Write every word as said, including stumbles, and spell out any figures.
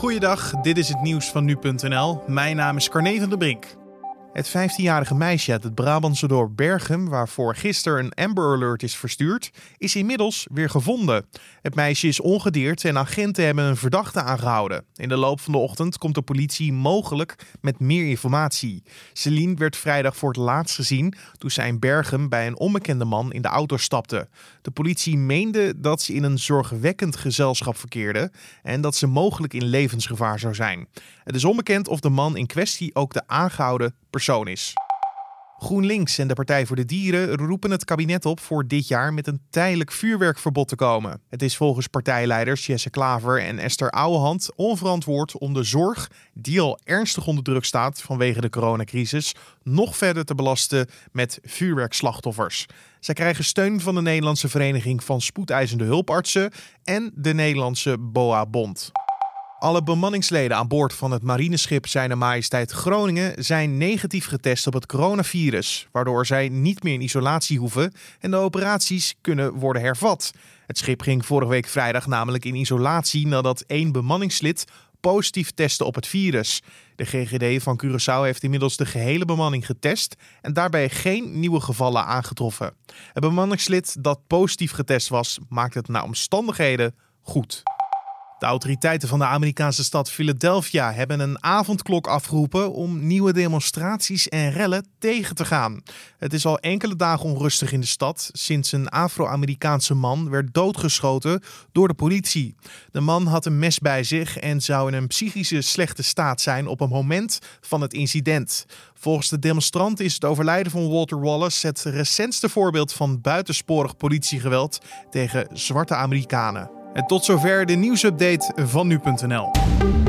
Goeiedag, dit is het nieuws van nu punt n l. Mijn naam is Carne van der Brink. Het vijftienjarige meisje uit het Brabantse dorp Berchem, waarvoor gisteren een Amber Alert is verstuurd, is inmiddels weer gevonden. Het meisje is ongedeerd en agenten hebben een verdachte aangehouden. In de loop van de ochtend komt de politie mogelijk met meer informatie. Celine werd vrijdag voor het laatst gezien toen zij in Berchem bij een onbekende man in de auto stapte. De politie meende dat ze in een zorgwekkend gezelschap verkeerde en dat ze mogelijk in levensgevaar zou zijn. Het is onbekend of de man in kwestie ook de aangehouden persoon is. GroenLinks en de Partij voor de Dieren roepen het kabinet op voor dit jaar met een tijdelijk vuurwerkverbod te komen. Het is volgens partijleiders Jesse Klaver en Esther Ouwehand onverantwoord om de zorg, die al ernstig onder druk staat vanwege de coronacrisis, nog verder te belasten met vuurwerkslachtoffers. Zij krijgen steun van de Nederlandse Vereniging van Spoedeisende Hulpartsen en de Nederlandse B O A-bond. Alle bemanningsleden aan boord van het marineschip Zijne Majesteit Groningen zijn negatief getest op het coronavirus, waardoor zij niet meer in isolatie hoeven en de operaties kunnen worden hervat. Het schip ging vorige week vrijdag namelijk in isolatie nadat één bemanningslid positief testte op het virus. De G G D van Curaçao heeft inmiddels de gehele bemanning getest en daarbij geen nieuwe gevallen aangetroffen. Het bemanningslid dat positief getest was, maakt het naar omstandigheden goed. De autoriteiten van de Amerikaanse stad Philadelphia hebben een avondklok afgeroepen om nieuwe demonstraties en rellen tegen te gaan. Het is al enkele dagen onrustig in de stad sinds een Afro-Amerikaanse man werd doodgeschoten door de politie. De man had een mes bij zich en zou in een psychische slechte staat zijn op het moment van het incident. Volgens de demonstranten is het overlijden van Walter Wallace het recentste voorbeeld van buitensporig politiegeweld tegen zwarte Amerikanen. En tot zover de nieuwsupdate van nu punt n l.